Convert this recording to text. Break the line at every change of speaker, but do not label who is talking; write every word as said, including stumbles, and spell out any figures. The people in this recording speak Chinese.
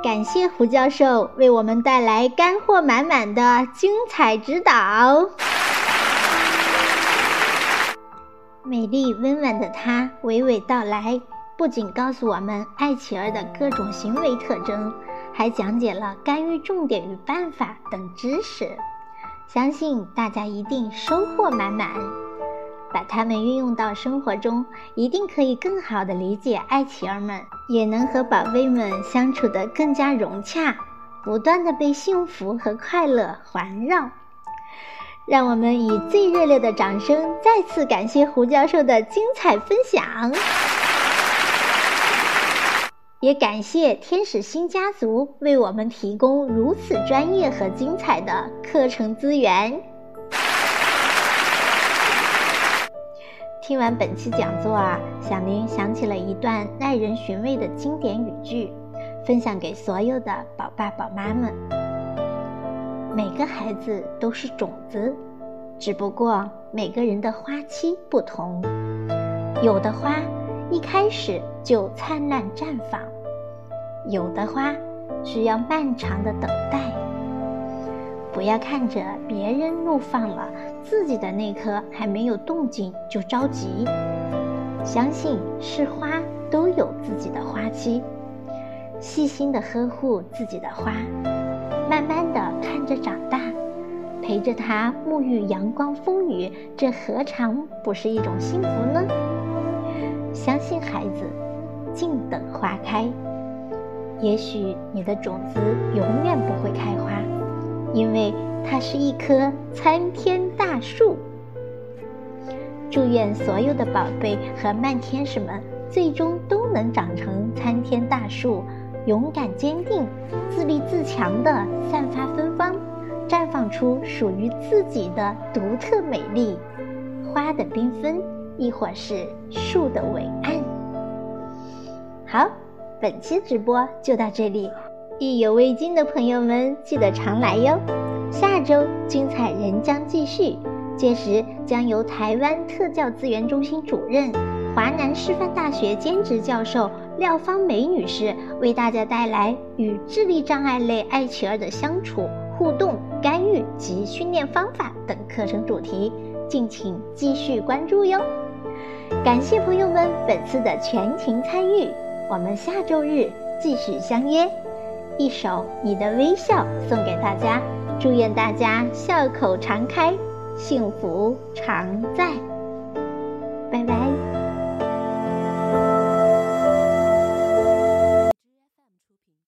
感谢胡教授为我们带来干货满满的精彩指导。美丽温婉的她娓娓道来，不仅告诉我们爱企鹅的各种行为特征，还讲解了干预重点与办法等知识，相信大家一定收获满满。把它们运用到生活中，一定可以更好地理解爱企鹅们，也能和宝贝们相处得更加融洽，不断地被幸福和快乐环绕。让我们以最热烈的掌声再次感谢胡教授的精彩分享，也感谢天使星家族为我们提供如此专业和精彩的课程资源。听完本期讲座啊，小林想起了一段耐人寻味的经典语句，分享给所有的宝爸宝妈们。每个孩子都是种子，只不过每个人的花期不同，有的花一开始就灿烂绽放，有的花需要漫长的等待。不要看着别人怒放了，自己的那颗还没有动静就着急。相信是花都有自己的花期，细心地呵护自己的花，慢慢地看着长大，陪着它沐浴阳光风雨，这何尝不是一种幸福呢？相信孩子，静等花开。也许你的种子永远不会开花，因为它是一棵参天大树。祝愿所有的宝贝和漫天使们最终都能长成参天大树，勇敢坚定，自立自强地散发芬芳，绽放出属于自己的独特美丽，花的缤纷，亦或是树的伟岸。好，本期直播就到这里，意犹未尽的朋友们记得常来哟。下周精彩仍将继续，届时将由台湾特教资源中心主任、华南师范大学兼职教授廖芳梅女士为大家带来与智力障碍类爱企鹅的相处、互动、干预及训练方法等课程主题，敬请继续关注哟。感谢朋友们本次的全情参与，我们下周日继续相约。一首你的微笑送给大家，祝愿大家笑口常开，幸福常在。拜拜。